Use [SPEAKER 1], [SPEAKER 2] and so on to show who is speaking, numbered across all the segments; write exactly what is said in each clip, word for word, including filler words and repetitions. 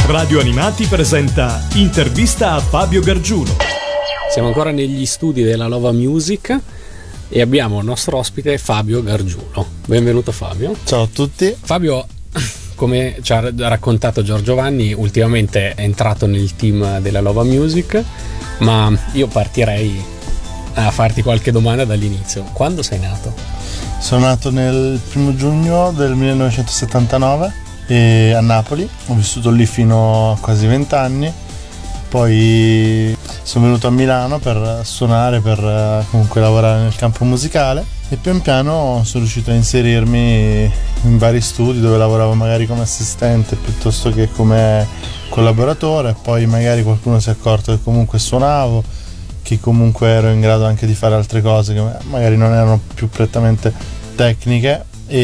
[SPEAKER 1] Radio Animati presenta Intervista a Fabio Gargiulo.
[SPEAKER 2] Siamo ancora negli studi della Lova Music e abbiamo il nostro ospite Fabio Gargiulo. Benvenuto Fabio.
[SPEAKER 3] Ciao a tutti.
[SPEAKER 2] Fabio, come ci ha raccontato Giorgio Vanni, ultimamente è entrato nel team della Lova Music, ma io partirei a farti qualche domanda dall'inizio. Quando sei nato?
[SPEAKER 3] Sono nato nel primo giugno del millenovecentosettantanove e a Napoli, ho vissuto lì fino a quasi vent'anni, poi sono venuto a Milano per suonare, per comunque lavorare nel campo musicale e pian piano sono riuscito a inserirmi in vari studi dove lavoravo magari come assistente piuttosto che come collaboratore, poi magari qualcuno si è accorto che comunque suonavo, che comunque ero in grado anche di fare altre cose che magari non erano più prettamente tecniche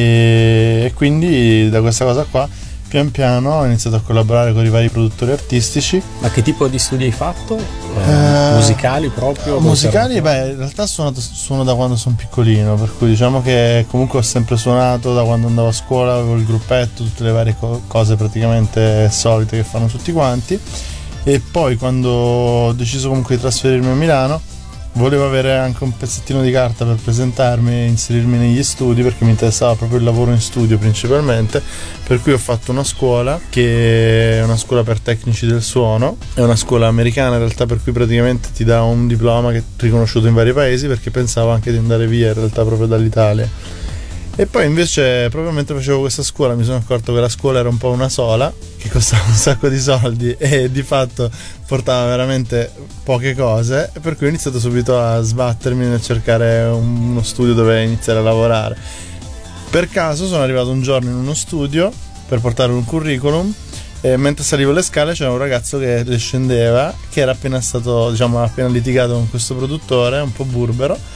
[SPEAKER 3] e quindi da questa cosa qua pian piano ho iniziato a collaborare con i vari produttori artistici.
[SPEAKER 2] Ma che tipo di studi hai fatto? Eh,
[SPEAKER 3] eh,
[SPEAKER 2] musicali proprio?
[SPEAKER 3] Musicali? Beh, in realtà suono, suono da quando sono piccolino, per cui diciamo che comunque ho sempre suonato da quando andavo a scuola, avevo il gruppetto, tutte le varie co- cose praticamente solite che fanno tutti quanti. E poi quando ho deciso comunque di trasferirmi a Milano volevo avere anche un pezzettino di carta per presentarmi e inserirmi negli studi, perché mi interessava proprio il lavoro in studio principalmente, per cui ho fatto una scuola che è una scuola per tecnici del suono, è una scuola americana in realtà, per cui praticamente ti dà un diploma che è riconosciuto in vari paesi, perché pensavo anche di andare via in realtà proprio dall'Italia. E poi invece proprio mentre facevo questa scuola mi sono accorto che la scuola era un po' una sola, che costava un sacco di soldi e di fatto portava veramente poche cose, e per cui ho iniziato subito a sbattermi nel cercare uno studio dove iniziare a lavorare. Per caso sono arrivato un giorno in uno studio per portare un curriculum e mentre salivo le scale c'era un ragazzo che le scendeva, che era appena stato, diciamo, appena litigato con questo produttore un po' burbero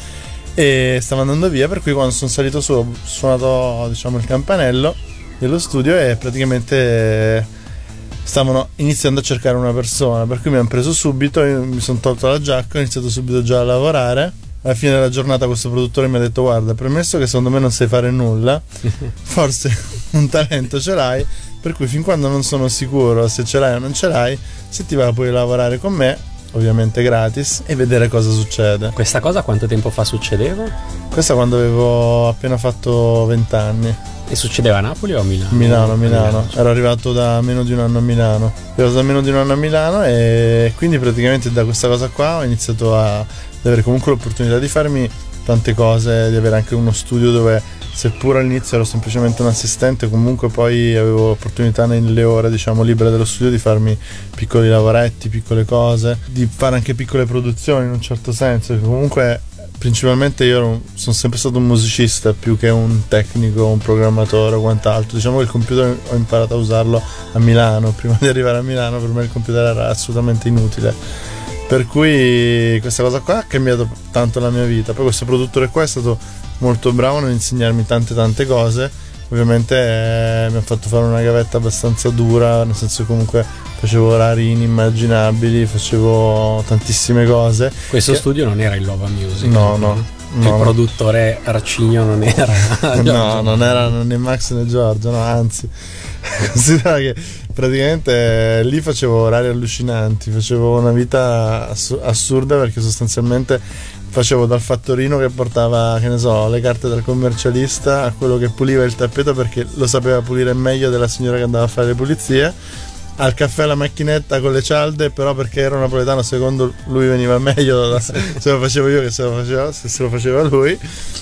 [SPEAKER 3] e stava andando via, per cui quando sono salito su ho suonato, diciamo, il campanello dello studio e praticamente stavano iniziando a cercare una persona, per cui mi hanno preso subito, io mi sono tolto la giacca, ho iniziato subito già a lavorare. Alla fine della giornata questo produttore mi ha detto: guarda, premesso che secondo me non sai fare nulla, forse un talento ce l'hai, per cui fin quando non sono sicuro se ce l'hai o non ce l'hai, se ti va puoi lavorare con me, ovviamente gratis, e vedere cosa succede.
[SPEAKER 2] Questa cosa quanto tempo fa succedeva?
[SPEAKER 3] Questa quando avevo appena fatto vent'anni.
[SPEAKER 2] E succedeva a Napoli o a Milano?
[SPEAKER 3] Milano, Milano. Ero arrivato da meno di un anno a Milano. Ero arrivato da meno di un anno a Milano e quindi praticamente da questa cosa qua ho iniziato a ad avere comunque l'opportunità di farmi tante cose, di avere anche uno studio dove, seppur all'inizio ero semplicemente un assistente, comunque poi avevo l'opportunità nelle ore, diciamo, libere dello studio di farmi piccoli lavoretti, piccole cose, di fare anche piccole produzioni in un certo senso, che comunque principalmente io ero, sono sempre stato un musicista più che un tecnico, un programmatore o quant'altro. Diciamo che il computer ho imparato a usarlo a Milano, prima di arrivare a Milano per me il computer era assolutamente inutile, per cui questa cosa qua ha cambiato tanto la mia vita. Poi questo produttore qua è stato molto bravo nell'insegnarmi tante tante cose, ovviamente eh, mi ha fatto fare una gavetta abbastanza dura, nel senso che comunque facevo orari inimmaginabili, facevo tantissime cose.
[SPEAKER 2] Questo
[SPEAKER 3] che...
[SPEAKER 2] studio non era il Lova Music?
[SPEAKER 3] No, no,
[SPEAKER 2] il
[SPEAKER 3] no.
[SPEAKER 2] produttore Arcigno non era
[SPEAKER 3] no, non era né Max né Giorgio, no, anzi considera che praticamente lì facevo orari allucinanti, facevo una vita ass- assurda, perché sostanzialmente facevo dal fattorino che portava, che ne so, le carte dal commercialista, a quello che puliva il tappeto perché lo sapeva pulire meglio della signora che andava a fare le pulizie, al caffè alla macchinetta con le cialde, però perché ero napoletano secondo lui veniva meglio se lo facevo io che se lo faceva, se se lo faceva lui.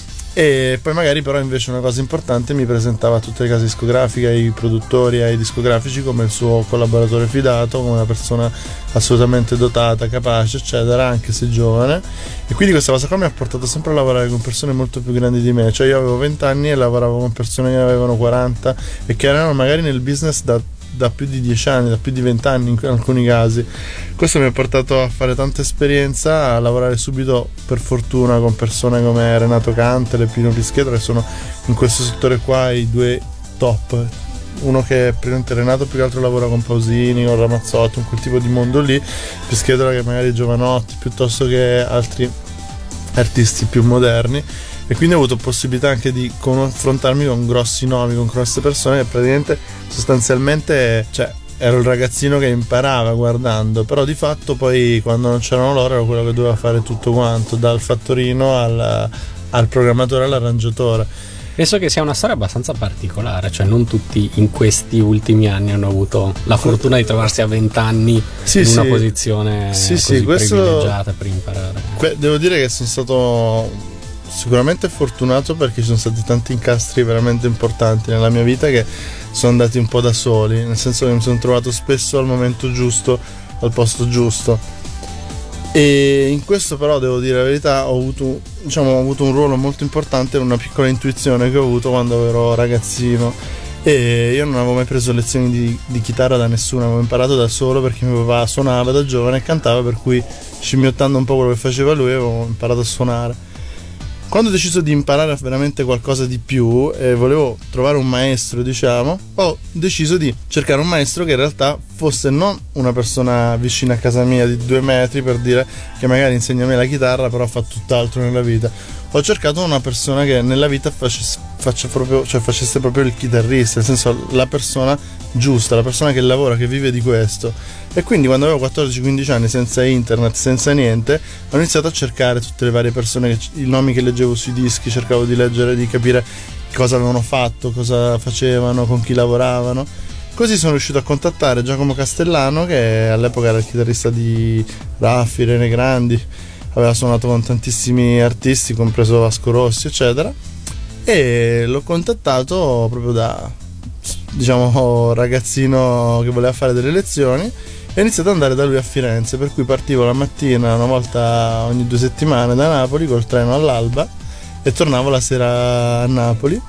[SPEAKER 3] E poi magari però invece una cosa importante, mi presentava a tutte le case discografiche, ai produttori, ai discografici come il suo collaboratore fidato, come una persona assolutamente dotata, capace, eccetera, anche se giovane. E quindi questa cosa qua mi ha portato sempre a lavorare con persone molto più grandi di me, cioè io avevo venti anni e lavoravo con persone che avevano quaranta e che erano magari nel business da da più di dieci anni, da più di venti anni in alcuni casi. Questo mi ha portato a fare tanta esperienza, a lavorare subito per fortuna con persone come Renato Cantel e Pino Pischetto, che sono in questo settore qua i due top. Uno che praticamente Renato più che altro lavora con Pausini, con Ramazzotti, con quel tipo di mondo lì, Pischetto che magari Giovanotti piuttosto che altri artisti più moderni, e quindi ho avuto possibilità anche di confrontarmi con grossi nomi, con grosse persone che praticamente sostanzialmente, cioè, ero il ragazzino che imparava guardando, però di fatto poi quando non c'erano loro ero quello che doveva fare tutto quanto, dal fattorino al, al programmatore all'arrangiatore.
[SPEAKER 2] Penso che sia una storia abbastanza particolare, cioè non tutti in questi ultimi anni hanno avuto la fortuna di trovarsi a vent'anni sì, in una sì. posizione sì, così sì, questo, privilegiata per imparare.
[SPEAKER 3] Que- devo dire che sono stato sicuramente fortunato, perché ci sono stati tanti incastri veramente importanti nella mia vita che sono andati un po' da soli, nel senso che mi sono trovato spesso al momento giusto, al posto giusto. E in questo però devo dire la verità, ho avuto, diciamo, ho avuto un ruolo molto importante, una piccola intuizione che ho avuto quando ero ragazzino, e io non avevo mai preso lezioni di, di chitarra da nessuno, avevo imparato da solo perché mio papà suonava da giovane e cantava, per cui scimmiottando un po' quello che faceva lui avevo imparato a suonare. Quando ho deciso di imparare veramente qualcosa di più e volevo trovare un maestro, diciamo, ho deciso di cercare un maestro che in realtà fosse non una persona vicina a casa mia di due metri, per dire, che magari insegna a me la chitarra però fa tutt'altro nella vita. Ho cercato una persona che nella vita facesse, faccia proprio, cioè facesse proprio il chitarrista, nel senso la persona giusta, la persona che lavora, che vive di questo. E quindi quando avevo quattordici quindici anni, senza internet, senza niente, ho iniziato a cercare tutte le varie persone, che, i nomi che leggevo sui dischi, cercavo di leggere, di capire cosa avevano fatto, cosa facevano, con chi lavoravano. Così sono riuscito a contattare Giacomo Castellano, che all'epoca era il chitarrista di Raffi, Rene Grandi, aveva suonato con tantissimi artisti, compreso Vasco Rossi, eccetera, e l'ho contattato proprio da, diciamo, ragazzino che voleva fare delle lezioni, e ho iniziato ad andare da lui a Firenze, per cui partivo la mattina una volta ogni due settimane da Napoli col treno all'alba e tornavo la sera a Napoli.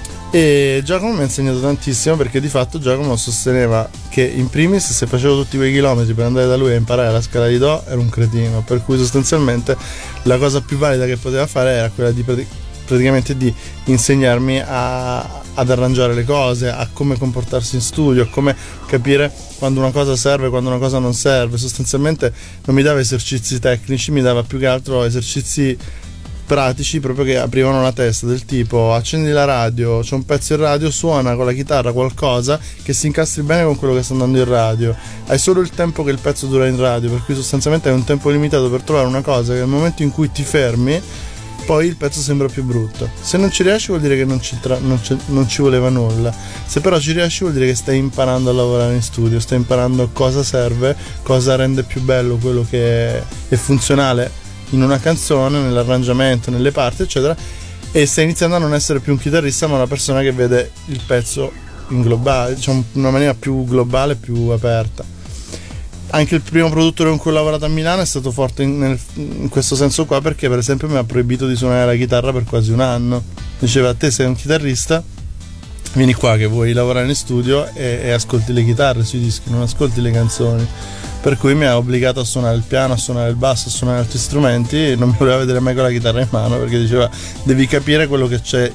[SPEAKER 3] E Giacomo mi ha insegnato tantissimo, perché di fatto Giacomo sosteneva che in primis, se facevo tutti quei chilometri per andare da lui a imparare la scala di Do, ero un cretino, per cui sostanzialmente la cosa più valida che poteva fare era quella di praticamente di insegnarmi a, ad arrangiare le cose, a come comportarsi in studio, a come capire quando una cosa serve e quando una cosa non serve. Sostanzialmente non mi dava esercizi tecnici, mi dava più che altro esercizi pratici, proprio che aprivano la testa, del tipo: accendi la radio, c'è un pezzo in radio, suona con la chitarra qualcosa che si incastri bene con quello che sta andando in radio, hai solo il tempo che il pezzo dura in radio, per cui sostanzialmente hai un tempo limitato per trovare una cosa che nel momento in cui ti fermi poi il pezzo sembra più brutto. Se non ci riesci vuol dire che non ci, tra- non, ci, non ci voleva nulla, se però ci riesci vuol dire che stai imparando a lavorare in studio, stai imparando cosa serve, cosa rende più bello quello che è, è funzionale in una canzone, nell'arrangiamento, nelle parti, eccetera, e stai iniziando a non essere più un chitarrista ma una persona che vede il pezzo in globale, diciamo, in una maniera più globale, più aperta. Anche il primo produttore con cui ho lavorato a Milano è stato forte in, nel, in questo senso qua, perché per esempio mi ha proibito di suonare la chitarra per quasi un anno. Diceva: te sei un chitarrista, vieni qua che vuoi lavorare in studio e, e ascolti le chitarre sui dischi, non ascolti le canzoni. Per cui mi ha obbligato a suonare il piano, a suonare il basso, a suonare altri strumenti, e non mi voleva vedere mai con la chitarra in mano, perché diceva: devi capire quello che c'è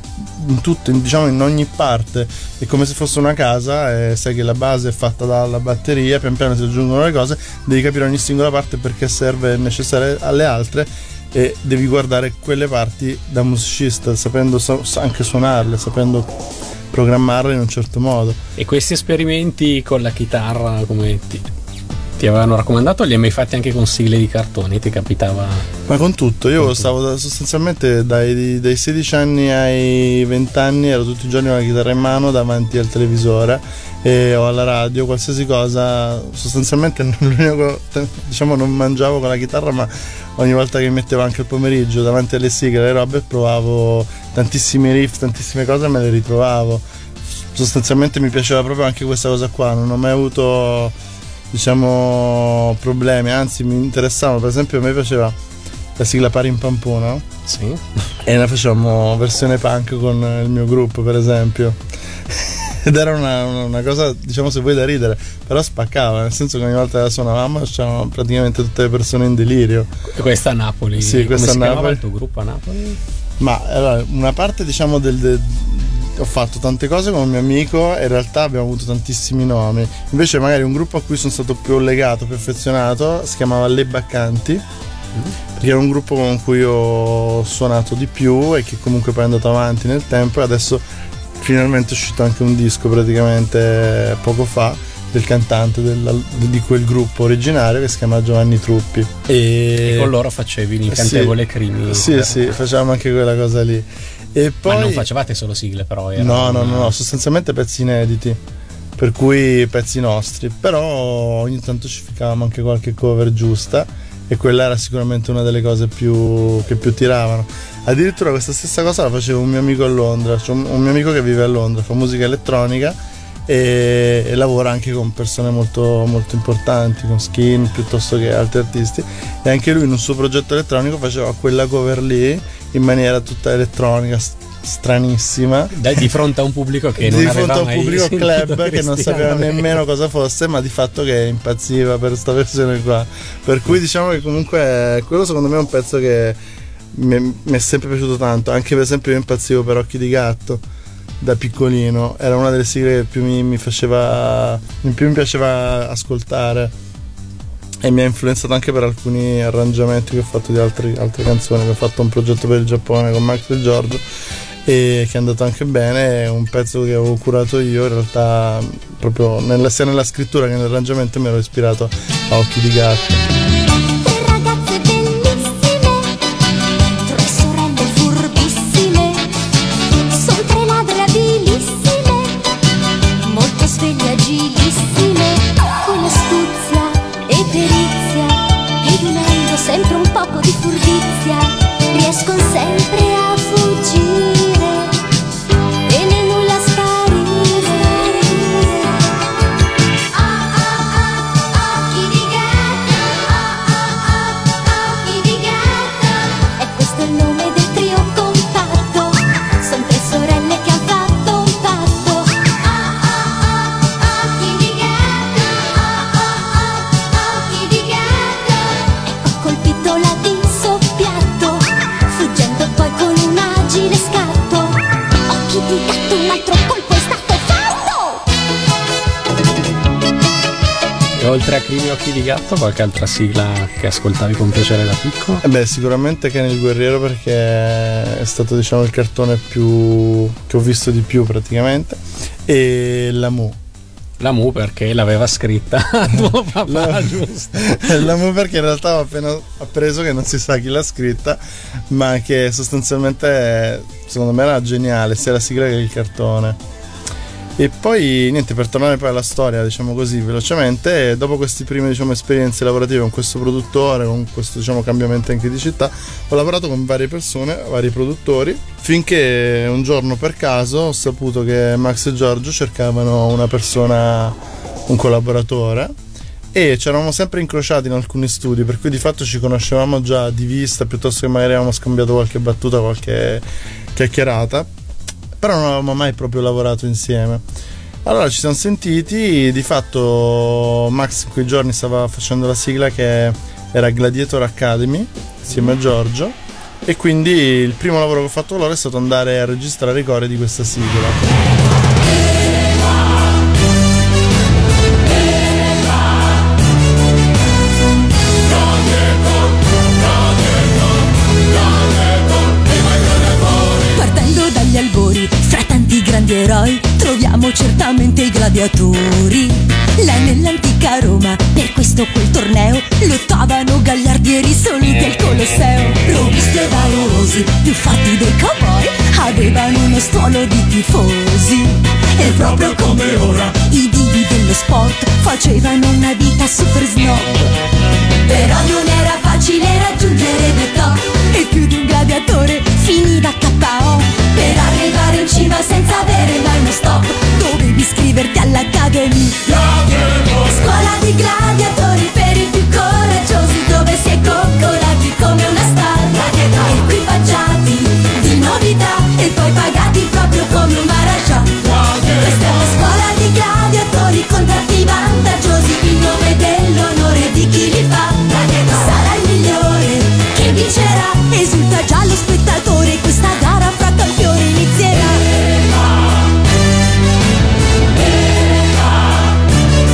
[SPEAKER 3] in tutto, in, diciamo in ogni parte, è come se fosse una casa e sai che la base è fatta dalla batteria, pian piano si aggiungono le cose, devi capire ogni singola parte perché serve, è necessaria alle altre, e devi guardare quelle parti da musicista, sapendo anche suonarle, sapendo programmarle in un certo modo.
[SPEAKER 2] E questi esperimenti con la chitarra, come ti, ti avevano raccomandato, li hai mai fatti anche con sigle di cartoni? Ti capitava?
[SPEAKER 3] Ma con tutto, io con stavo tutto. sostanzialmente dai, dai sedici anni ai venti anni ero tutti i giorni con la chitarra in mano davanti al televisore e, o alla radio, qualsiasi cosa. Sostanzialmente l'unico, diciamo, non mangiavo con la chitarra, ma ogni volta che mi mettevo anche il pomeriggio davanti alle sigle, alle robe, provavo tantissimi riff, tantissime cose e me le ritrovavo. Sostanzialmente mi piaceva proprio anche questa cosa qua, non ho mai avuto, diciamo, problemi, anzi mi interessava. Per esempio a me piaceva la sigla Parim Pampona,
[SPEAKER 2] sì,
[SPEAKER 3] e la facevamo versione punk con il mio gruppo, per esempio, ed era una, una cosa, diciamo, se vuoi, da ridere, però spaccava, nel senso che ogni volta che la suonavamo c'erano praticamente tutte le persone in delirio.
[SPEAKER 2] Questa a Napoli?
[SPEAKER 3] Sì, questa
[SPEAKER 2] come si
[SPEAKER 3] a Napoli.
[SPEAKER 2] chiamava il tuo gruppo a Napoli?
[SPEAKER 3] Ma allora, una parte, diciamo, del, del ho fatto tante cose con un mio amico e in realtà abbiamo avuto tantissimi nomi. Invece magari un gruppo a cui sono stato più legato, più affezionato, si chiamava Le Baccanti, mm. perché era un gruppo con cui ho suonato di più e che comunque poi è andato avanti nel tempo, e adesso finalmente è uscito anche un disco praticamente poco fa, del cantante della, di quel gruppo originario che si chiama Giovanni Truppi. E,
[SPEAKER 2] e con loro facevi l'incantevole
[SPEAKER 3] sì,
[SPEAKER 2] Crimi.
[SPEAKER 3] Sì, per... sì, facevamo anche quella cosa lì. E poi...
[SPEAKER 2] Ma non facevate solo sigle, però? Era
[SPEAKER 3] no, no,
[SPEAKER 2] una...
[SPEAKER 3] no, no, sostanzialmente pezzi inediti, per cui pezzi nostri, però ogni tanto ci ficavamo anche qualche cover giusta e quella era sicuramente una delle cose più che più tiravano. Addirittura questa stessa cosa la faceva un mio amico a Londra, cioè un, un mio amico che vive a Londra, fa musica elettronica e, e lavora anche con persone molto, molto importanti, con Skin piuttosto che altri artisti, e anche lui in un suo progetto elettronico faceva quella cover lì in maniera tutta elettronica, stranissima,
[SPEAKER 2] Dai, di fronte a un pubblico che non
[SPEAKER 3] di
[SPEAKER 2] aveva
[SPEAKER 3] fronte a un
[SPEAKER 2] mai
[SPEAKER 3] pubblico club che non sapeva
[SPEAKER 2] Cristiano.
[SPEAKER 3] nemmeno cosa fosse, ma di fatto che impazziva per questa versione qua, per cui diciamo che comunque quello secondo me è un pezzo che mi è sempre piaciuto tanto. Anche per esempio io impazzivo per Occhi di Gatto da piccolino, era una delle sigle che più mi, mi faceva più mi piaceva ascoltare e mi ha influenzato anche per alcuni arrangiamenti che ho fatto di altri, altre canzoni. Che ho fatto un progetto per il Giappone con Max e Giorgio e che è andato anche bene, è un pezzo che avevo curato io in realtà, proprio nella, sia nella scrittura che nell'arrangiamento mi ero ispirato a Occhi di Gatto.
[SPEAKER 4] Sempre un poco di furbizia, riescono sempre a fuggire e nel nulla sparire. Ah ah ah, occhi di gatto, ah ah ah, occhi di gatto. E questo è il nome del trio compatto, son tre sorelle che han fatto un patto. Ah ah ah, occhi di gatto, ah ah ah, occhi di gatto. Colpito la di soppiatto, fuggendo poi con un agile scatto. Occhi di gatto, un altro colpo è stato fatto.
[SPEAKER 2] E oltre a Crimi Occhi di Gatto, qualche altra sigla che ascoltavi con piacere da piccolo?
[SPEAKER 3] Eh beh, sicuramente Ken il Guerriero, perché è stato diciamo il cartone più che ho visto di più praticamente, e la Mu.
[SPEAKER 2] La Mu perché l'aveva scritta tuo papà,
[SPEAKER 3] la,
[SPEAKER 2] giusto?
[SPEAKER 3] La Mu perché in realtà ho appena appreso che non si sa chi l'ha scritta, ma che sostanzialmente secondo me era geniale sia la sigla che il cartone. E poi niente, per tornare poi alla storia, diciamo così velocemente, dopo queste prime diciamo esperienze lavorative con questo produttore, con questo diciamo cambiamento anche di città, ho lavorato con varie persone, vari produttori, finché un giorno per caso ho saputo che Max e Giorgio cercavano una persona, un collaboratore, e ci eravamo sempre incrociati in alcuni studi, per cui di fatto ci conoscevamo già di vista, piuttosto che magari avevamo scambiato qualche battuta, qualche chiacchierata, però non avevamo mai proprio lavorato insieme. Allora ci siamo sentiti, di fatto Max in quei giorni stava facendo la sigla che era Gladiator Academy insieme a Giorgio, e quindi il primo lavoro che ho fatto con loro è stato andare a registrare i cori di questa sigla.
[SPEAKER 5] Grandi eroi, troviamo certamente i gladiatori. Là nell'antica Roma, per questo quel torneo, lottavano gagliardi e risoli del Colosseo. Robusti e valorosi, più forti dei cowboy, avevano uno stuolo di tifosi. E proprio come ora, i divi dello sport facevano una vita super snob. Però non era facile raggiungere the top, e più di un gladiatore finiva K O. Per arrivare in cima senza avere mai uno stop, dovevi iscriverti all'Academy. Scuola di gladiatori per i più coraggiosi, dove si è coccolati come una star, equipaggiati di novità e poi pagati proprio come un Maharaja. Questa è una scuola di gladiatori, contratti vantaggiosi in nome dell'onore di chi li fa. Sarà il migliore che vincerà, esulta già lo spettatore, questa gara fra campioni inizierà.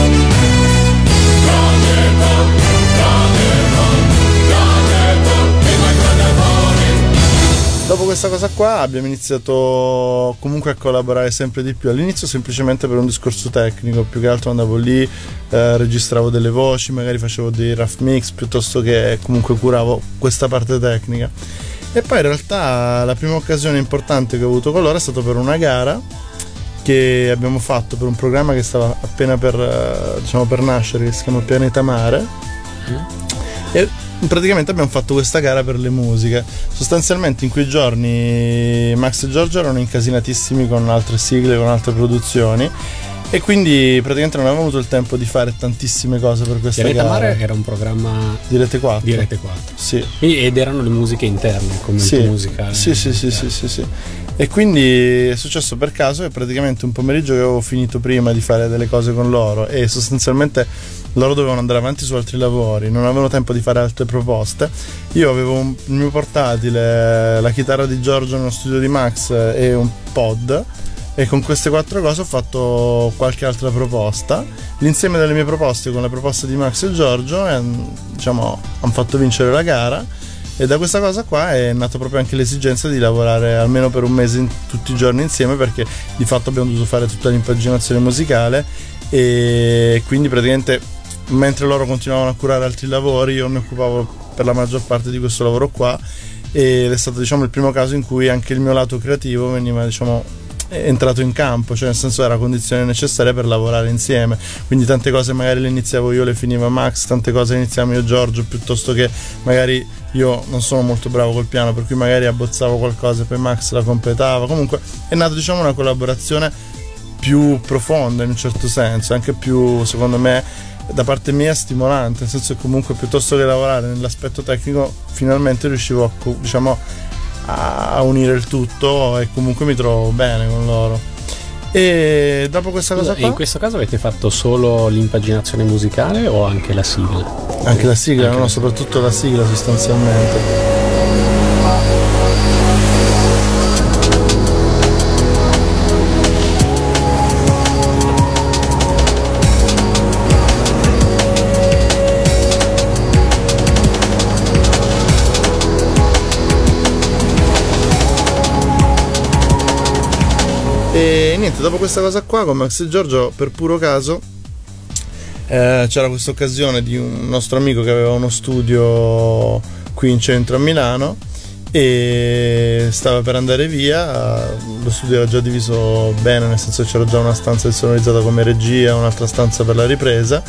[SPEAKER 3] questa cosa qua abbiamo iniziato comunque a collaborare sempre di più. All'inizio semplicemente per un discorso tecnico, più che altro andavo lì, eh, registravo delle voci, magari facevo dei rough mix, piuttosto che comunque curavo questa parte tecnica. E poi in realtà la prima occasione importante che ho avuto con loro è stato per una gara che abbiamo fatto per un programma che stava appena per, diciamo, per nascere, che si chiama Pianeta Mare. Mm. E praticamente abbiamo fatto questa gara per le musiche. Sostanzialmente in quei giorni Max e Giorgio erano incasinatissimi con altre sigle, con altre produzioni, e quindi praticamente non avevamo avuto il tempo di fare tantissime cose per questa
[SPEAKER 2] Pianeta
[SPEAKER 3] gara.
[SPEAKER 2] Mare era un programma
[SPEAKER 3] di Rete quattro.
[SPEAKER 2] Di Rete quattro.
[SPEAKER 3] Sì.
[SPEAKER 2] Ed erano le musiche interne, il commento
[SPEAKER 3] sì.
[SPEAKER 2] musicale.
[SPEAKER 3] Sì, sì, sì, sì, sì, sì. E quindi è successo per caso che praticamente un pomeriggio che avevo finito prima di fare delle cose con loro, e sostanzialmente loro dovevano andare avanti su altri lavori, non avevano tempo di fare altre proposte. Io avevo un, il mio portatile, la chitarra di Giorgio nello studio di Max e un pod, e con queste quattro cose ho fatto qualche altra proposta. L'insieme delle mie proposte con le proposte di Max e Giorgio e, diciamo, hanno fatto vincere la gara, e da questa cosa qua è nata proprio anche l'esigenza di lavorare almeno per un mese in, tutti i giorni insieme, perché di fatto abbiamo dovuto fare tutta l'impaginazione musicale, e quindi praticamente mentre loro continuavano a curare altri lavori io mi occupavo per la maggior parte di questo lavoro qua, ed è stato, diciamo, il primo caso in cui anche il mio lato creativo veniva, diciamo, entrato in campo, cioè nel senso era condizione necessaria per lavorare insieme. Quindi tante cose magari le iniziavo io, le finiva Max, tante cose le iniziamo io e Giorgio, piuttosto che magari io non sono molto bravo col piano, per cui magari abbozzavo qualcosa e poi Max la completava. Comunque è nata, diciamo, una collaborazione più profonda in un certo senso, anche più, secondo me, da parte mia stimolante, nel senso che comunque piuttosto che lavorare nell'aspetto tecnico finalmente riuscivo a, diciamo, a unire il tutto, e comunque mi trovo bene con loro. E dopo questa cosa qua,
[SPEAKER 2] in questo caso avete fatto solo l'impaginazione musicale o anche la sigla?
[SPEAKER 3] Anche la sigla,
[SPEAKER 2] anche
[SPEAKER 3] no,
[SPEAKER 2] la
[SPEAKER 3] soprattutto la sigla sostanzialmente. E niente, dopo questa cosa qua con Max e Giorgio, per puro caso, eh, c'era questa occasione di un nostro amico che aveva uno studio qui in centro a Milano e stava per andare via. Lo studio era già diviso bene, nel senso che c'era già una stanza insonorizzata come regia, un'altra stanza per la ripresa,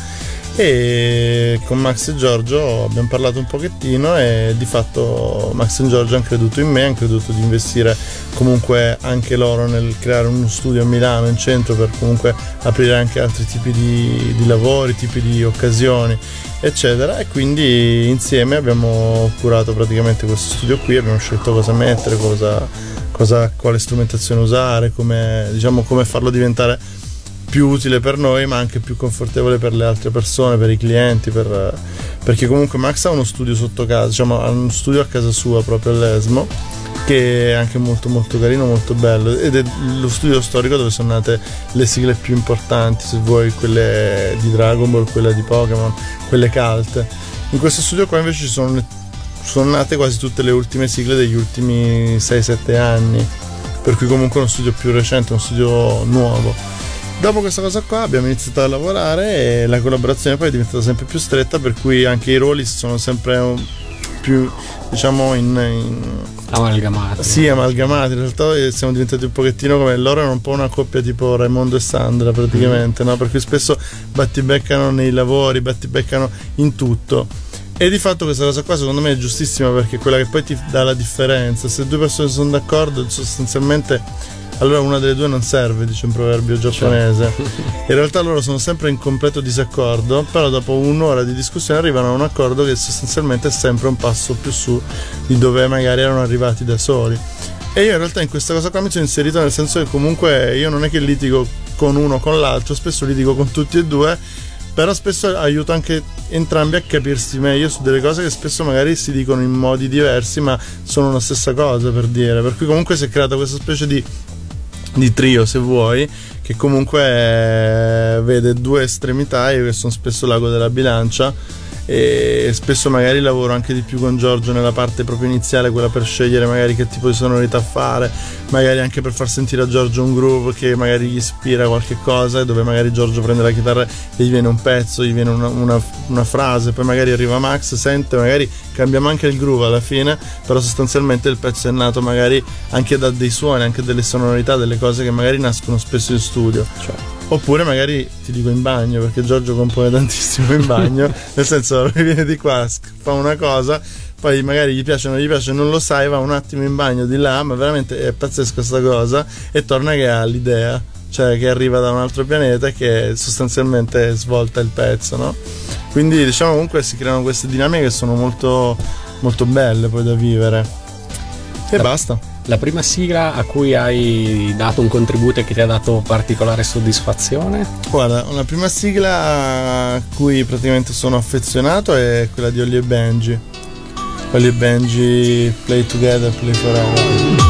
[SPEAKER 3] e con Max e Giorgio abbiamo parlato un pochettino, e di fatto Max e Giorgio hanno creduto in me, hanno creduto di investire comunque anche loro nel creare uno studio a Milano in centro, per comunque aprire anche altri tipi di, di lavori, tipi di occasioni, eccetera. E quindi insieme abbiamo curato praticamente questo studio qui, abbiamo scelto cosa mettere, cosa, cosa quale strumentazione usare, come, diciamo, come farlo diventare più utile per noi, ma anche più confortevole per le altre persone, per i clienti, per, perché comunque Max ha uno studio sotto casa, diciamo, ha uno studio a casa sua proprio all'Esmo, che è anche molto molto carino, molto bello, ed è lo studio storico dove sono nate le sigle più importanti, se vuoi, quelle di Dragon Ball, quelle di Pokémon, quelle cult. In questo studio qua invece ci sono, sono nate quasi tutte le ultime sigle degli ultimi sei sette anni, per cui comunque è uno studio più recente, uno studio nuovo. Dopo questa cosa qua abbiamo iniziato a lavorare e la collaborazione poi è diventata sempre più stretta, per cui anche i ruoli sono sempre più, diciamo, in, in
[SPEAKER 2] amalgamati.
[SPEAKER 3] Sì, amalgamati. In realtà siamo diventati un pochettino come loro, erano un po' una coppia tipo Raimondo e Sandra praticamente, mm. no? Per cui spesso battibeccano nei lavori, battibeccano in tutto. E di fatto questa cosa qua secondo me è giustissima, perché è quella che poi ti dà la differenza. Se due persone sono d'accordo, sostanzialmente allora una delle due non serve, dice un proverbio giapponese. In realtà loro sono sempre in completo disaccordo, però dopo un'ora di discussione arrivano a un accordo che sostanzialmente è sempre un passo più su di dove magari erano arrivati da soli. E io in realtà in questa cosa qua mi sono inserito, nel senso che comunque io non è che litigo con uno o con l'altro, spesso litigo con tutti e due, però spesso aiuto anche entrambi a capirsi meglio su delle cose che spesso magari si dicono in modi diversi, ma sono la stessa cosa, per dire. Per cui comunque si è creata questa specie di di trio, se vuoi, che comunque eh, vede due estremità, che sono spesso l'ago della bilancia, e spesso magari lavoro anche di più con Giorgio nella parte proprio iniziale, quella per scegliere magari che tipo di sonorità fare, magari anche per far sentire a Giorgio un groove che magari gli ispira qualche cosa, e dove magari Giorgio prende la chitarra e gli viene un pezzo, gli viene una, una, una frase, poi magari arriva Max, sente, magari cambiamo anche il groove alla fine, però sostanzialmente il pezzo è nato magari anche da dei suoni, anche delle sonorità, delle cose che magari nascono spesso in studio. Cioè. Oppure magari ti dico in bagno, perché Giorgio compone tantissimo in bagno, nel senso viene di qua, fa una cosa, poi magari gli piace o non gli piace, non lo sai, va un attimo in bagno di là, ma veramente è pazzesca sta cosa, e torna che ha l'idea, cioè che arriva da un altro pianeta e che sostanzialmente svolta il pezzo, no? Quindi diciamo comunque si creano queste dinamiche che sono molto, molto belle poi da vivere. E
[SPEAKER 2] la,
[SPEAKER 3] basta.
[SPEAKER 2] La prima sigla a cui hai dato un contributo e che ti ha dato particolare soddisfazione?
[SPEAKER 3] Guarda, una prima sigla a cui praticamente sono affezionato è quella di Holly e Benji. Holly e Benji, Play Together, Play Forever.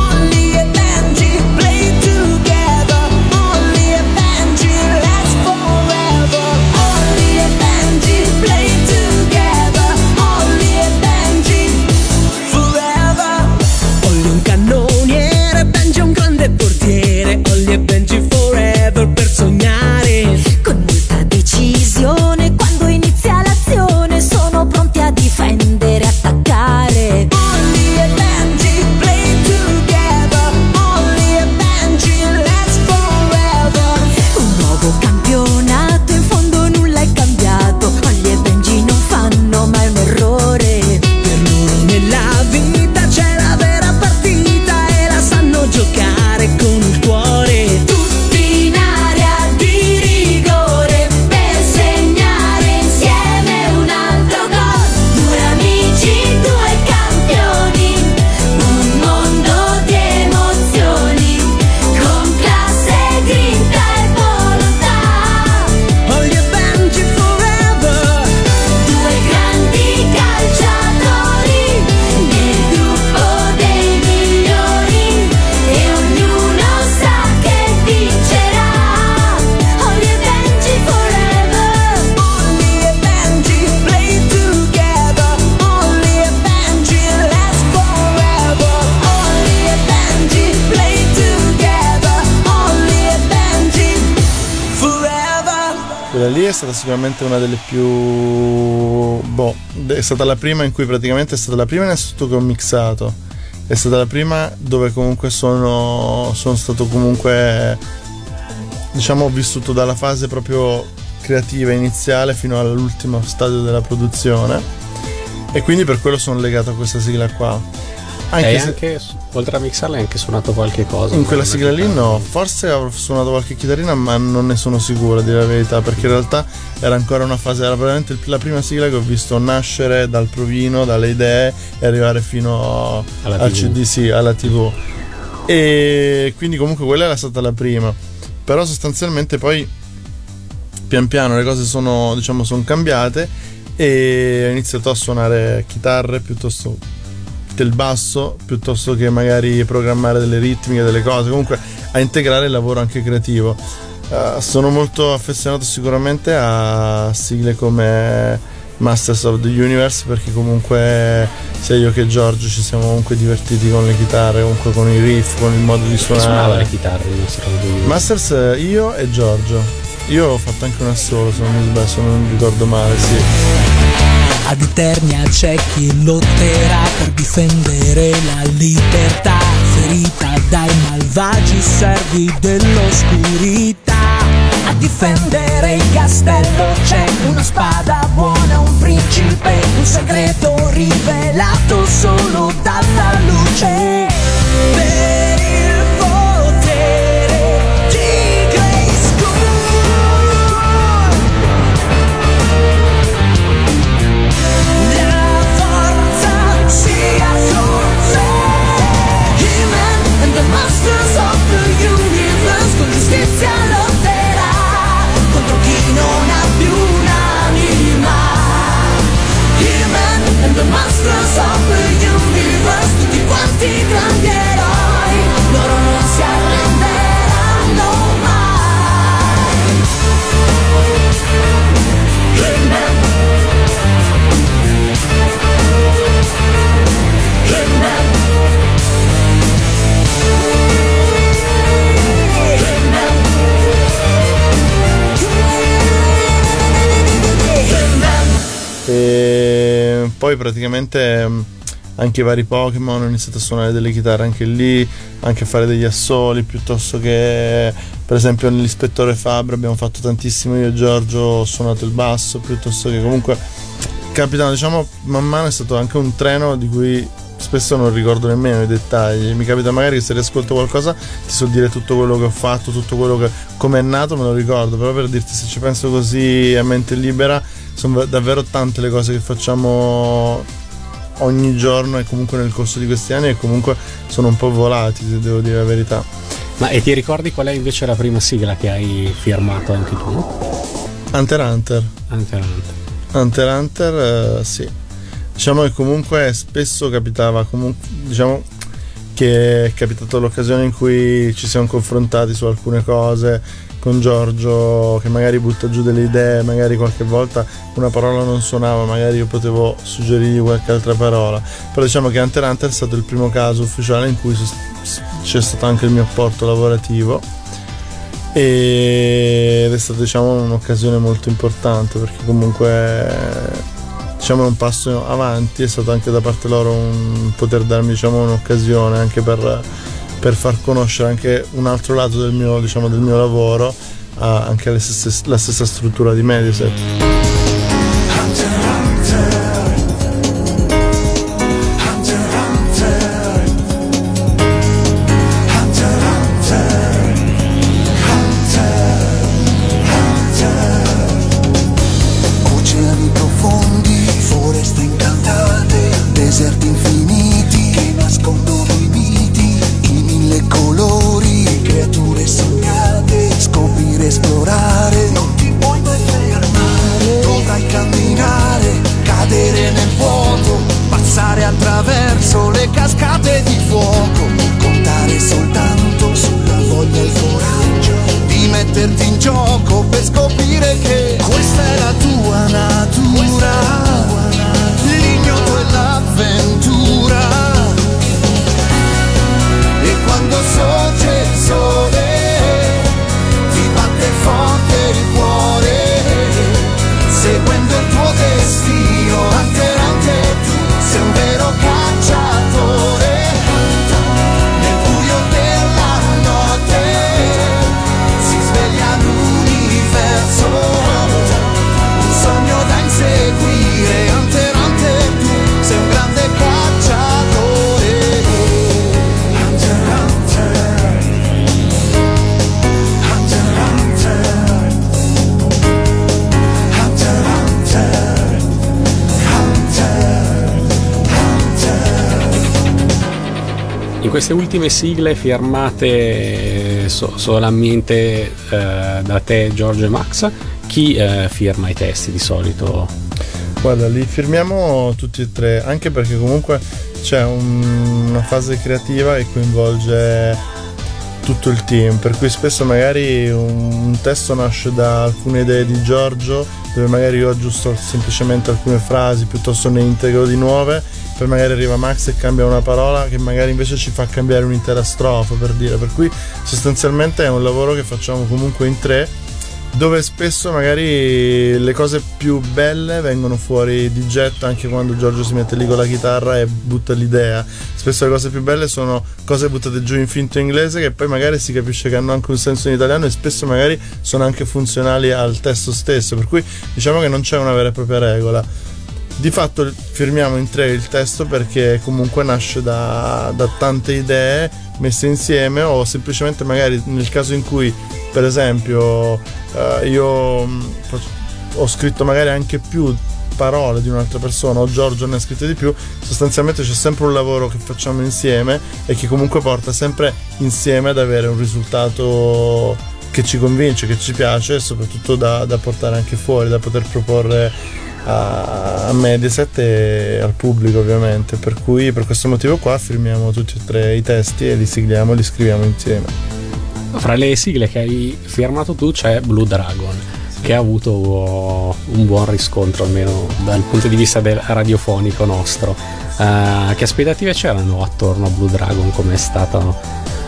[SPEAKER 6] Holly e Benji forever per sognare.
[SPEAKER 5] Con molta decisione, quando inizia l'azione, sono pronti a difendere, attaccare.
[SPEAKER 6] Holly e Benji play together. Holly e Benji let's forever.
[SPEAKER 5] Un nuovo campionato, in fondo nulla è cambiato. Holly e Benji non fanno mai un errore.
[SPEAKER 6] Per loro nella vita c'è la vera partita e la sanno giocare con il cuore.
[SPEAKER 4] Tutti in area di rigore per segnare insieme un altro gol. Due amici, due campioni, un mondo di emozioni, con classe, grinta e volontà.
[SPEAKER 6] Holly e Benji forever.
[SPEAKER 4] Due grandi calciatori nel gruppo dei migliori, e ognuno sa che vincerà. Holly e Benji forever.
[SPEAKER 6] Holly e Benji play together. Holly e Benji let's forever. Holly e Benji play together. Holly e Benji forever.
[SPEAKER 3] Quella lì è stata sicuramente una delle più, boh, è stata la prima in cui praticamente è stata la prima innanzitutto che ho mixato, è stata la prima dove comunque sono, sono stato comunque, diciamo, ho vissuto dalla fase proprio creativa iniziale fino all'ultimo stadio della produzione, e quindi per quello sono legato a questa sigla qua. Anche
[SPEAKER 2] E
[SPEAKER 3] se
[SPEAKER 2] anche, oltre a mixarla, hai anche suonato qualche cosa?
[SPEAKER 3] in quella sigla lì
[SPEAKER 2] chitarra?
[SPEAKER 3] no, forse avrò suonato qualche chitarrina, ma non ne sono sicuro, a dire la verità, perché in realtà era ancora una fase, era veramente la prima sigla che ho visto nascere dal provino, dalle idee, e arrivare fino
[SPEAKER 2] Alla
[SPEAKER 3] al
[SPEAKER 2] tivù.
[SPEAKER 3] C D, sì, alla tivù. E quindi comunque quella era stata la prima, però sostanzialmente poi pian piano le cose sono, diciamo, sono cambiate, e ho iniziato a suonare chitarre piuttosto che il basso, piuttosto che magari programmare delle ritmiche, delle cose, comunque a integrare il lavoro anche creativo. Uh, sono molto affezionato sicuramente a sigle come Masters of the Universe, perché comunque sia io che Giorgio ci siamo comunque divertiti con le chitarre, comunque con i riff, con il modo di
[SPEAKER 2] Chi suonava
[SPEAKER 3] suonare.
[SPEAKER 2] le chitarre di Masters of the Universe?
[SPEAKER 3] Masters, eh, io e Giorgio. Io ho fatto anche una solo, se non mi sbaglio, se non ricordo male, sì.
[SPEAKER 6] Ad Eternia c'è chi lotterà per difendere la libertà, ferita dai malvagi servi dell'oscurità. A difendere il castello c'è una spada buona, un principe, un segreto rivelato solo dalla luce. Per il potere di Grayskull. La forza sia con sé. He-Man and the Masters of the Universe, con giustizia lotterà contro chi non ha più un'anima.
[SPEAKER 3] E poi praticamente anche i vari Pokémon ho iniziato a suonare delle chitarre anche lì, anche a fare degli assoli, piuttosto che per esempio nell'Ispettore Fabbro abbiamo fatto tantissimo, io e Giorgio ho suonato il basso, piuttosto che comunque capitano, diciamo, man mano è stato anche un treno di cui spesso non ricordo nemmeno i dettagli. Mi capita magari che se riascolto qualcosa ti so dire tutto quello che ho fatto, tutto quello che come è nato me lo ricordo, però per dirti, se ci penso così a mente libera, sono davvero tante le cose che facciamo ogni giorno e comunque nel corso di questi anni, e comunque sono un po' volati, se devo dire la verità.
[SPEAKER 2] Ma e ti ricordi qual è invece la prima sigla che hai firmato anche tu?
[SPEAKER 3] Hunter x Hunter.
[SPEAKER 2] Hunter x Hunter.
[SPEAKER 3] Hunter x Hunter, uh, sì. Diciamo che comunque spesso capitava comunque, diciamo che è capitata l'occasione in cui ci siamo confrontati su alcune cose con Giorgio, che magari butta giù delle idee, magari qualche volta una parola non suonava, magari io potevo suggerirgli qualche altra parola, però diciamo che Hunter x Hunter è stato il primo caso ufficiale in cui c'è stato anche il mio apporto lavorativo, ed è stata, diciamo, un'occasione molto importante, perché comunque, diciamo, un passo avanti, è stato anche da parte loro un poter darmi, diciamo, un'occasione anche per, per far conoscere anche un altro lato del mio, diciamo, del mio lavoro, a, anche alle stesse, la stessa struttura di Mediaset.
[SPEAKER 2] Queste ultime sigle firmate so, solamente eh, da te, Giorgio e Max, chi eh, firma i testi di solito?
[SPEAKER 3] Guarda, li firmiamo tutti e tre, anche perché comunque c'è un, una fase creativa che coinvolge tutto il team, per cui spesso magari un, un testo nasce da alcune idee di Giorgio, dove magari io aggiusto semplicemente alcune frasi, piuttosto ne integro di nuove, poi magari arriva Max e cambia una parola che magari invece ci fa cambiare un'intera strofa, per dire, per cui sostanzialmente è un lavoro che facciamo comunque in tre, dove spesso magari le cose più belle vengono fuori di getto anche quando Giorgio si mette lì con la chitarra e butta l'idea. Spesso le cose più belle sono cose buttate giù in finto inglese che poi magari si capisce che hanno anche un senso in italiano, e spesso magari sono anche funzionali al testo stesso, per cui diciamo che non c'è una vera e propria regola. Di fatto firmiamo in tre il testo perché comunque nasce da, da tante idee messe insieme, o semplicemente magari nel caso in cui, per esempio, uh, io mh, ho scritto magari anche più parole di un'altra persona, o Giorgio ne ha scritte di più, sostanzialmente c'è sempre un lavoro che facciamo insieme e che comunque porta sempre insieme ad avere un risultato che ci convince, che ci piace, e soprattutto da, da portare anche fuori, da poter proporre a, a Mediaset e al pubblico, ovviamente. Per cui per questo motivo qua firmiamo tutti e tre i testi e li sigliamo e li scriviamo insieme.
[SPEAKER 2] Fra le sigle che hai firmato tu c'è Blue Dragon, che ha avuto un buon riscontro, almeno dal punto di vista del radiofonico nostro. Uh, che aspettative c'erano attorno a Blue Dragon? Com'è stata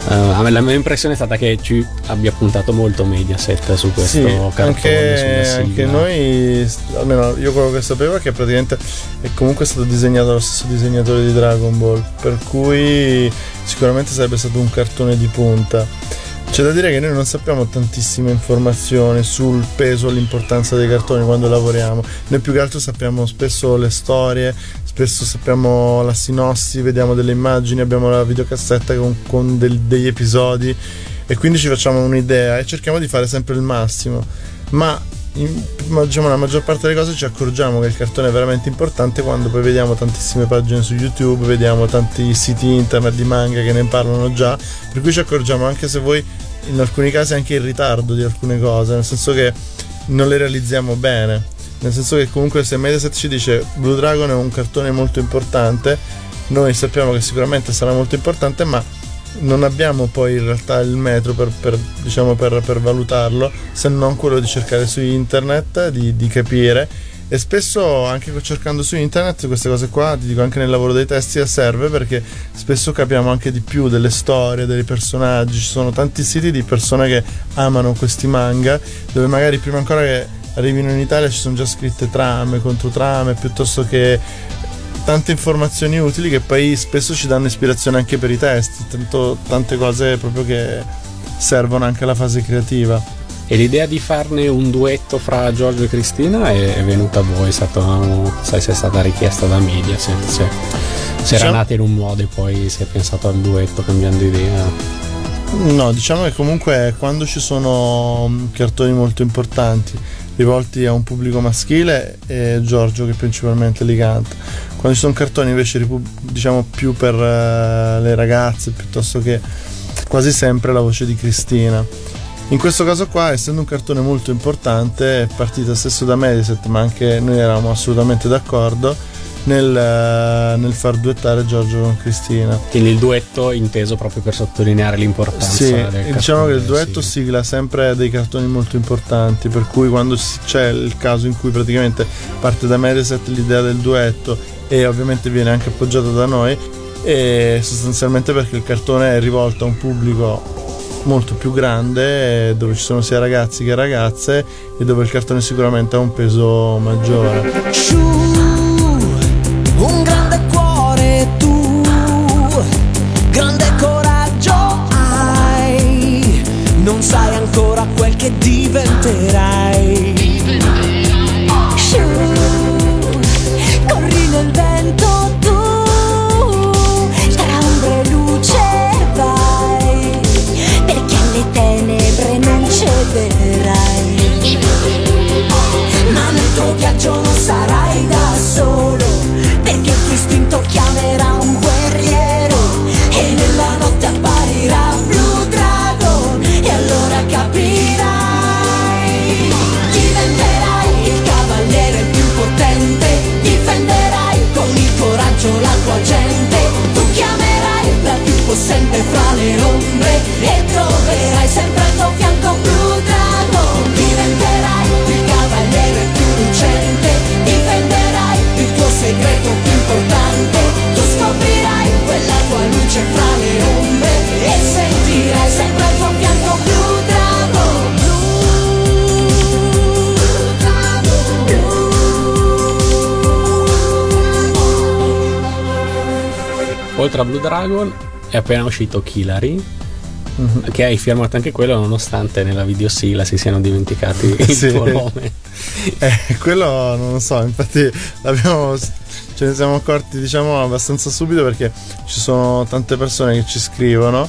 [SPEAKER 2] Uh, la mia impressione è stata che ci abbia puntato molto Mediaset su questo
[SPEAKER 3] sì,
[SPEAKER 2] cartone,
[SPEAKER 3] anche,
[SPEAKER 2] sulla
[SPEAKER 3] anche
[SPEAKER 2] sigla.
[SPEAKER 3] noi, almeno io quello che sapevo è che praticamente è comunque stato disegnato dallo stesso disegnatore di Dragon Ball, per cui sicuramente sarebbe stato un cartone di punta. C'è da dire che noi non sappiamo tantissime informazioni sul peso e l'importanza dei cartoni quando lavoriamo. Noi più che altro sappiamo spesso le storie, spesso sappiamo la sinossi, vediamo delle immagini, abbiamo la videocassetta con, con del, degli episodi e quindi ci facciamo un'idea e cerchiamo di fare sempre il massimo. Ma in, diciamo, la maggior parte delle cose ci accorgiamo che il cartone è veramente importante quando poi vediamo tantissime pagine su YouTube, vediamo tanti siti internet di manga che ne parlano già, per cui ci accorgiamo, anche se voi in alcuni casi anche in ritardo, di alcune cose, nel senso che non le realizziamo bene, nel senso che comunque se Mediaset ci dice Blue Dragon è un cartone molto importante, noi sappiamo che sicuramente sarà molto importante, ma non abbiamo poi in realtà il metro per, per, diciamo, per, per valutarlo, se non quello di cercare su internet, di, di capire. E spesso anche cercando su internet queste cose qua, ti dico, anche nel lavoro dei testi serve, perché spesso capiamo anche di più delle storie, dei personaggi. Ci sono tanti siti di persone che amano questi manga, dove magari prima ancora che arrivino in Italia ci sono già scritte trame, controtrame, piuttosto che tante informazioni utili che poi spesso ci danno ispirazione anche per i testi, tanto, tante cose proprio che servono anche alla fase creativa.
[SPEAKER 2] E l'idea di farne un duetto fra Giorgio e Cristina è, è venuta a voi? È stato, sai se è stata richiesta da Mediaset, se, se era
[SPEAKER 3] Diciamo-
[SPEAKER 2] nata in un modo e poi si è pensato al duetto cambiando idea?
[SPEAKER 3] No, diciamo che comunque quando ci sono mm, cartoni molto importanti rivolti a un pubblico maschile è Giorgio che principalmente li canta. Quando ci sono cartoni invece ripu- diciamo più per eh, le ragazze, piuttosto che quasi sempre la voce di Cristina. In questo caso qua, essendo un cartone molto importante, è partita stesso da Mediaset, ma anche noi eravamo assolutamente d'accordo nel, nel far duettare Giorgio con Cristina.
[SPEAKER 2] Quindi il duetto inteso proprio per sottolineare l'importanza
[SPEAKER 3] Sì,
[SPEAKER 2] del cartone.
[SPEAKER 3] diciamo che il duetto
[SPEAKER 2] sì.
[SPEAKER 3] sigla sempre dei cartoni molto importanti, per cui quando si- c'è il caso in cui praticamente parte da Mediaset l'idea del duetto e ovviamente viene anche appoggiata da noi, e sostanzialmente perché il cartone è rivolto a un pubblico molto più grande, dove ci sono sia ragazzi che ragazze, e dove il cartone sicuramente ha un peso maggiore.
[SPEAKER 6] Sciù, un grande cuore tu, grande coraggio hai, non sai ancora quel che diventerai.
[SPEAKER 5] Sciù, corri nel vento tu, tra ombre e luce vai, perché alle tenebre non cederai.
[SPEAKER 6] Ma nel tuo viaggio non sarai da solo, perché il tuo istinto chiamerà un guerriero e nella notte apparirà Blue Dragon, e allora capirai, diventerai il cavaliere più potente, difenderai con il coraggio la tua gente, tu chiamerai la più possente fra le ombre e troverai sempre al tuo fianco Blue Dragon, diventerai il cavaliere più lucente, difenderai il tuo segreto più importante, tu scoprirai quella tua luce fra le ombre e sentirai sempre al tuo fianco Blue Dragon. Blue Dragon, Blue.
[SPEAKER 2] Oltre a Blue Dragon è appena uscito Killary, che hai firmato anche quello nonostante nella videosigla si siano dimenticati il
[SPEAKER 3] Sì.
[SPEAKER 2] tuo nome.
[SPEAKER 3] Eh, quello non lo so, infatti l'abbiamo, ce ne siamo accorti diciamo abbastanza subito, perché ci sono tante persone che ci scrivono,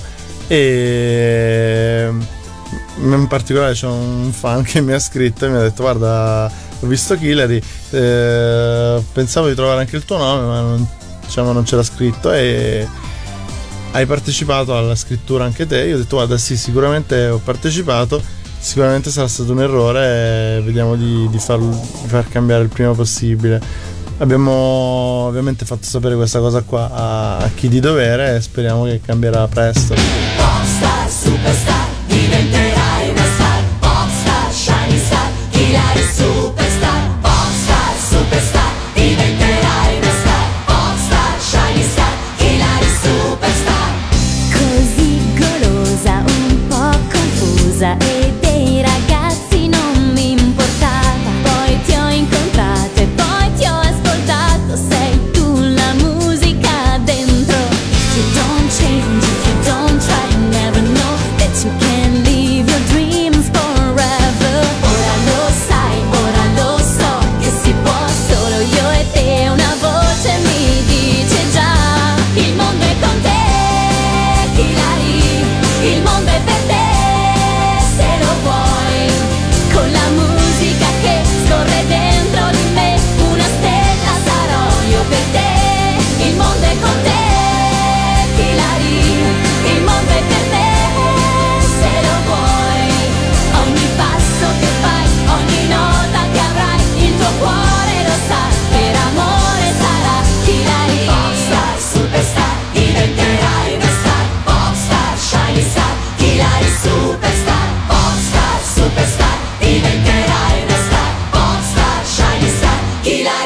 [SPEAKER 3] e in particolare c'è un fan che mi ha scritto e mi ha detto: guarda, ho visto Killary, eh, pensavo di trovare anche il tuo nome, ma non, diciamo, non c'era scritto, e hai partecipato alla scrittura anche te? Io ho detto: guarda, sì, sicuramente ho partecipato, sicuramente sarà stato un errore, vediamo di, di, far, di far cambiare il prima possibile. Abbiamo ovviamente fatto sapere questa cosa qua a, a chi di dovere, e speriamo che cambierà presto.
[SPEAKER 6] Popstar, superstar, diventerai una star. Popstar, shiny star, Killary superstar. Popstar, superstar, diventerai una star. Popstar, shiny star, Killary superstar.
[SPEAKER 5] Così golosa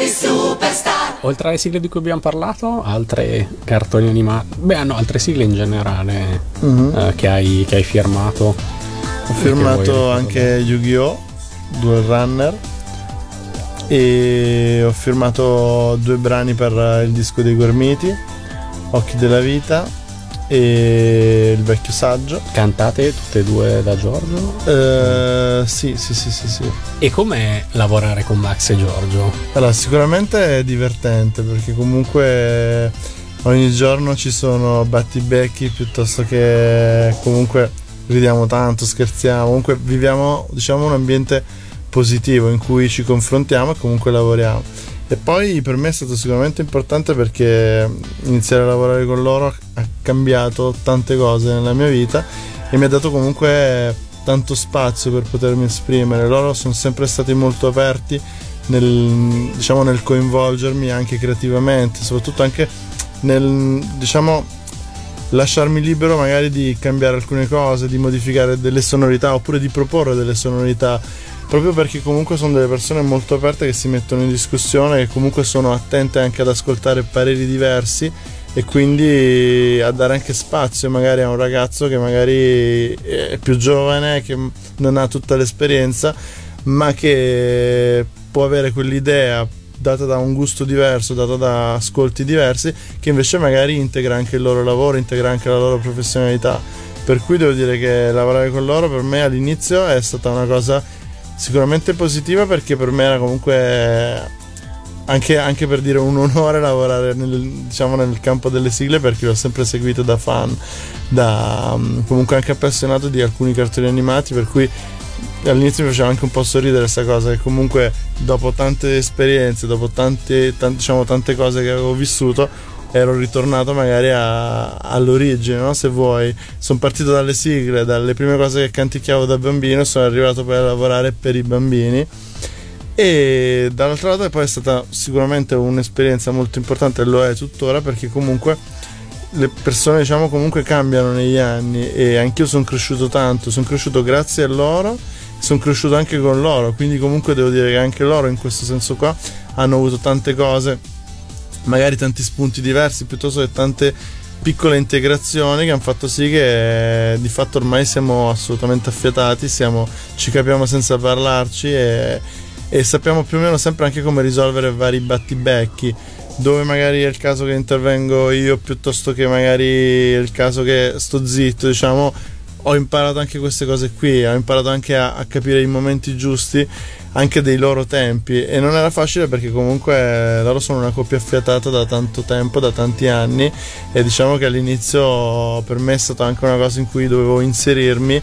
[SPEAKER 6] superstar.
[SPEAKER 2] Oltre alle sigle di cui abbiamo parlato, altre cartoni animati, beh hanno altre sigle in generale
[SPEAKER 3] Mhm.
[SPEAKER 2] eh, che, hai, che hai firmato.
[SPEAKER 3] Ho firmato
[SPEAKER 2] vuoi
[SPEAKER 3] anche Yu-Gi-Oh! Duel Runner e ho firmato due brani per il disco dei Gormiti, Occhi della Vita e Il Vecchio Saggio.
[SPEAKER 2] Cantate tutte e due da Giorgio?
[SPEAKER 3] Eh, sì, sì, sì, sì, sì.
[SPEAKER 2] E com'è lavorare con Max e Giorgio?
[SPEAKER 3] Allora, sicuramente è divertente perché comunque ogni giorno ci sono battibecchi piuttosto che comunque ridiamo tanto, scherziamo, comunque viviamo diciamo un ambiente positivo in cui ci confrontiamo e comunque lavoriamo. E poi per me è stato sicuramente importante perché iniziare a lavorare con loro ha cambiato tante cose nella mia vita e mi ha dato comunque tanto spazio per potermi esprimere. Loro sono sempre stati molto aperti nel, diciamo, nel coinvolgermi anche creativamente, soprattutto anche nel, diciamo, lasciarmi libero magari di cambiare alcune cose, di modificare delle sonorità oppure di proporre delle sonorità, proprio perché comunque sono delle persone molto aperte che si mettono in discussione, che comunque sono attente anche ad ascoltare pareri diversi e quindi a dare anche spazio magari a un ragazzo che magari è più giovane, che non ha tutta l'esperienza, ma che può avere quell'idea data da un gusto diverso, data da ascolti diversi, che invece magari integra anche il loro lavoro, integra anche la loro professionalità. Per cui devo dire che lavorare con loro per me all'inizio è stata una cosa sicuramente positiva, perché per me era comunque anche, anche per dire un onore lavorare nel, diciamo, nel campo delle sigle, perché l'ho sempre seguito da fan, da comunque anche appassionato di alcuni cartoni animati, per cui all'inizio mi faceva anche un po' sorridere questa cosa, che comunque dopo tante esperienze, dopo tante, tante, diciamo, tante cose che avevo vissuto, ero ritornato magari a, all'origine, no? Se vuoi, sono partito dalle sigle, dalle prime cose che canticchiavo da bambino, sono arrivato poi a lavorare per i bambini, e dall'altro lato poi è stata sicuramente un'esperienza molto importante, e lo è tuttora, perché comunque le persone diciamo comunque cambiano negli anni, e anch'io sono cresciuto tanto, sono cresciuto grazie a loro, sono cresciuto anche con loro, quindi comunque devo dire che anche loro in questo senso qua hanno avuto tante cose, magari tanti spunti diversi, piuttosto che tante piccole integrazioni che hanno fatto sì che eh, di fatto ormai siamo assolutamente affiatati, siamo, ci capiamo senza parlarci, e, e sappiamo più o meno sempre anche come risolvere vari battibecchi, dove magari è il caso che intervengo io piuttosto che magari è il caso che sto zitto, diciamo. Ho imparato anche queste cose qui, ho imparato anche a, a capire i momenti giusti anche dei loro tempi, e non era facile perché comunque loro sono una coppia affiatata da tanto tempo, da tanti anni, e diciamo che all'inizio per me è stata anche una cosa in cui dovevo inserirmi,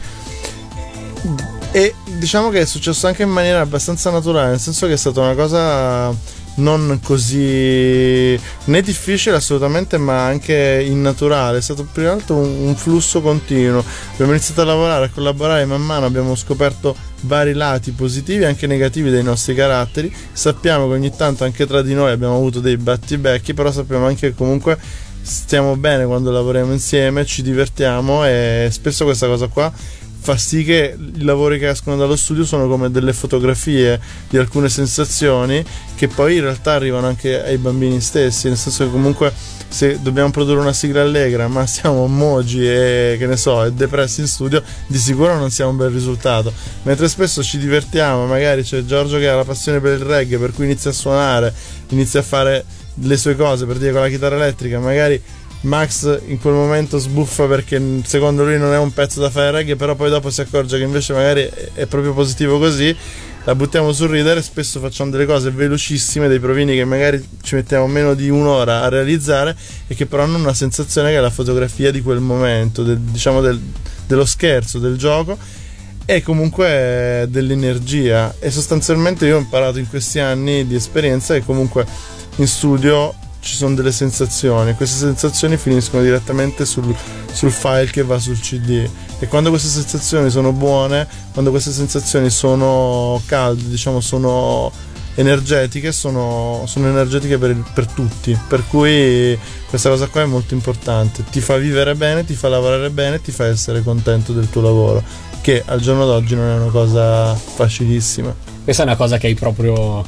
[SPEAKER 3] e diciamo che è successo anche in maniera abbastanza naturale, nel senso che è stata una cosa non così né difficile assolutamente, ma anche innaturale. È stato più in alto un, un flusso continuo. Abbiamo iniziato a lavorare, a collaborare, e man mano abbiamo scoperto vari lati positivi e anche negativi dei nostri caratteri. Sappiamo che ogni tanto anche tra di noi abbiamo avuto dei battibecchi, però sappiamo anche che comunque stiamo bene quando lavoriamo insieme, ci divertiamo, e spesso questa cosa qua fa sì che i lavori che escono dallo studio sono come delle fotografie di alcune sensazioni che poi in realtà arrivano anche ai bambini stessi, nel senso che comunque se dobbiamo produrre una sigla allegra ma siamo mogi e che ne so, e depressi in studio, di sicuro non sia un bel risultato, mentre spesso ci divertiamo, magari c'è Giorgio che ha la passione per il reggae, per cui inizia a suonare, inizia a fare le sue cose, per dire con la chitarra elettrica, magari Max in quel momento sbuffa perché secondo lui non è un pezzo da fare reggae, però poi dopo si accorge che invece magari è proprio positivo così, la buttiamo sul ridere, spesso facciamo delle cose velocissime, dei provini che magari ci mettiamo meno di un'ora a realizzare e che però hanno una sensazione che è la fotografia di quel momento, del, diciamo del, dello scherzo, del gioco, e comunque dell'energia. E sostanzialmente io ho imparato in questi anni di esperienza che comunque in studio ci sono delle sensazioni, queste sensazioni finiscono direttamente sul, sul file che va sul C D, e quando queste sensazioni sono buone, quando queste sensazioni sono calde, diciamo sono energetiche, sono, sono energetiche per, per tutti, per cui questa cosa qua è molto importante, ti fa vivere bene, ti fa lavorare bene, ti fa essere contento del tuo lavoro, che al giorno d'oggi non è una cosa facilissima.
[SPEAKER 2] Questa è una cosa che hai proprio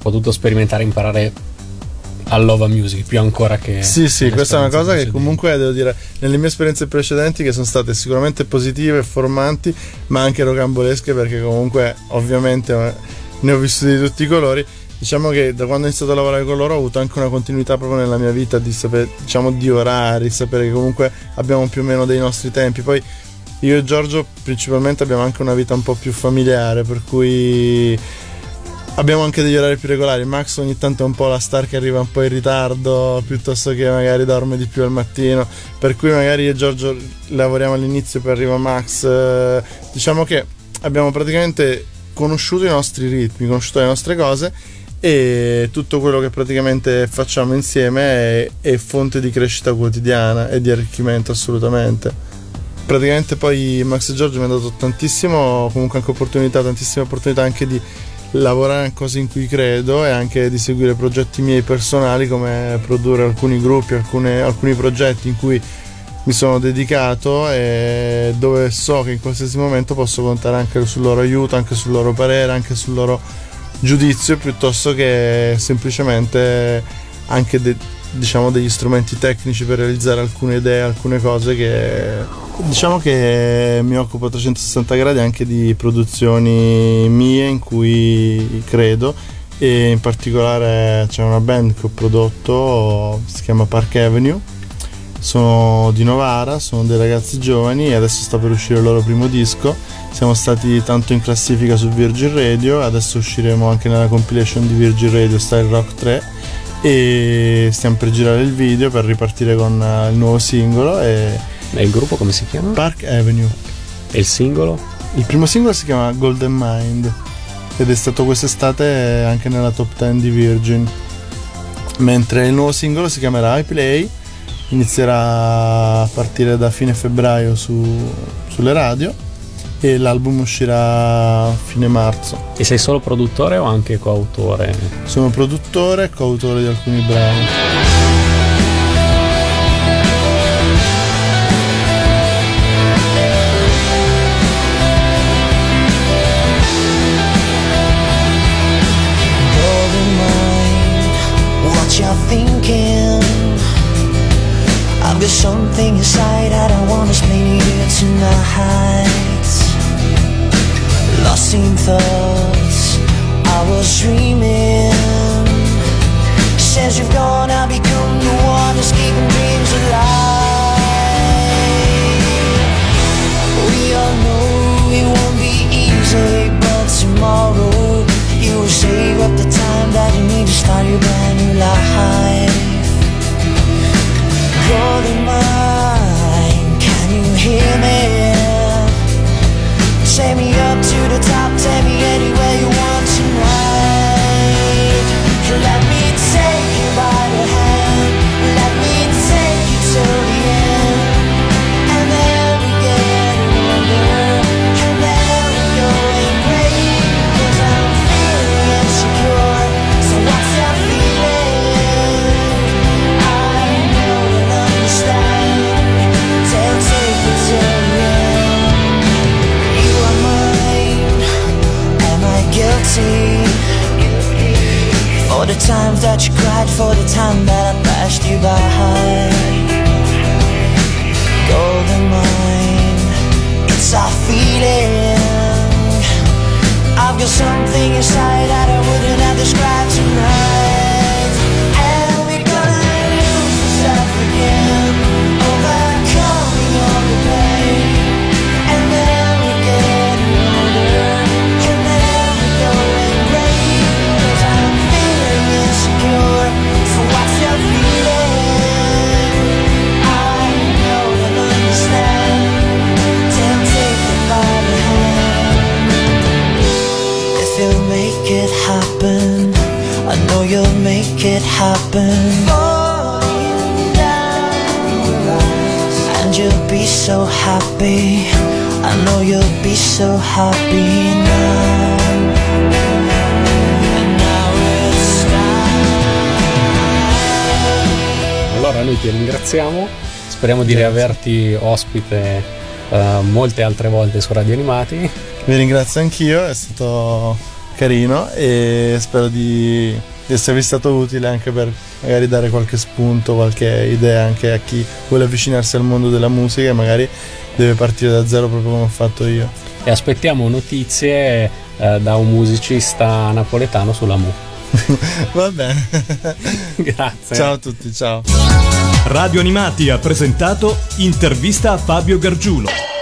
[SPEAKER 2] potuto sperimentare e imparare al Lova Music più ancora che
[SPEAKER 3] sì sì questa è una cosa che
[SPEAKER 2] precedenti.
[SPEAKER 3] comunque devo dire nelle mie esperienze precedenti, che sono state sicuramente positive e formanti, ma anche rocambolesche, perché comunque ovviamente ne ho vissuti di tutti i colori. Diciamo che da quando ho iniziato a lavorare con loro ho avuto anche una continuità proprio nella mia vita, di sapere, diciamo, di orari, sapere che comunque abbiamo più o meno dei nostri tempi. Poi io e Giorgio principalmente abbiamo anche una vita un po' più familiare, per cui abbiamo anche degli orari più regolari. Max ogni tanto è un po' la star che arriva un po' in ritardo, piuttosto che magari dorme di più al mattino, per cui magari io e Giorgio lavoriamo all'inizio, poi arriva Max. Diciamo che abbiamo praticamente conosciuto i nostri ritmi, conosciuto le nostre cose, e tutto quello che praticamente facciamo insieme è, è fonte di crescita quotidiana e di arricchimento assolutamente. Praticamente poi Max e Giorgio mi hanno dato tantissimo, comunque anche opportunità, tantissime opportunità anche di lavorare in cose in cui credo, e anche di seguire progetti miei personali, come produrre alcuni gruppi, alcune, alcuni progetti in cui mi sono dedicato, e dove so che in qualsiasi momento posso contare anche sul loro aiuto, anche sul loro parere, anche sul loro giudizio, piuttosto che semplicemente anche de, diciamo degli strumenti tecnici per realizzare alcune idee, alcune cose. Che diciamo che mi occupo a trecentosessanta gradi anche di produzioni mie in cui credo, e in particolare c'è una band che ho prodotto, si chiama Park Avenue. Sono di Novara, sono dei ragazzi giovani e adesso sta per uscire il loro primo disco. Siamo stati tanto in classifica su Virgin Radio, adesso usciremo anche nella compilation di Virgin Radio Style Rock tre, e stiamo per girare il video per ripartire con il nuovo singolo. E
[SPEAKER 2] E il gruppo come si chiama?
[SPEAKER 3] Park Avenue.
[SPEAKER 2] E il singolo?
[SPEAKER 3] Il primo singolo si chiama Golden Mind ed è stato quest'estate anche nella top dieci di Virgin, mentre il nuovo singolo si chiamerà I Play. Inizierà a partire da fine febbraio su, sulle radio, e l'album uscirà a fine marzo.
[SPEAKER 2] E sei solo produttore o anche coautore?
[SPEAKER 3] Sono produttore e coautore di alcuni brani.
[SPEAKER 6] I've got something inside I don't wanna explain to you tonight. Lost in thoughts, I was dreaming. Since you've gone, I've become the one who's keeping dreams alive. We all know it won't be easy, but tomorrow you will save up the time that you need to start your brand new life. Golden mind, can you hear me? Take me up to the top, take me anywhere you want tonight. Let me take you by the hand, let me take you till the end. And then we get older, and then we go and break. 'Cause I'm feeling insecure, so what's that feeling? Guilty for the times that you cried, for the time that I passed you by. Golden mind, it's our feeling. I've got something inside that I wouldn't have described tonight. And we're gonna lose ourselves again, overcoming all the pain. And then we get older, and then we go and break. 'Cause I'm feeling insecure, so what's your feeling? I know you'll understand. Then take me by the hand. If you'll make it happen, I know you'll make it happen. Falling down, and you'll be so happy. I know you'll be so happy now. And now it's time.
[SPEAKER 2] Allora noi ti ringraziamo, speriamo di riaverti ospite uh, molte altre volte su Radio Animati.
[SPEAKER 3] Vi ringrazio anch'io, è stato carino, e spero di, di esservi stato utile anche per magari dare qualche spunto, qualche idea anche a chi vuole avvicinarsi al mondo della musica e magari deve partire da zero proprio come ho fatto io.
[SPEAKER 2] E aspettiamo notizie eh, da un musicista napoletano sulla Mu.
[SPEAKER 3] Va bene.
[SPEAKER 2] Grazie.
[SPEAKER 3] Ciao a tutti, ciao.
[SPEAKER 1] Radio Animati ha presentato Intervista a Fabio Gargiulo.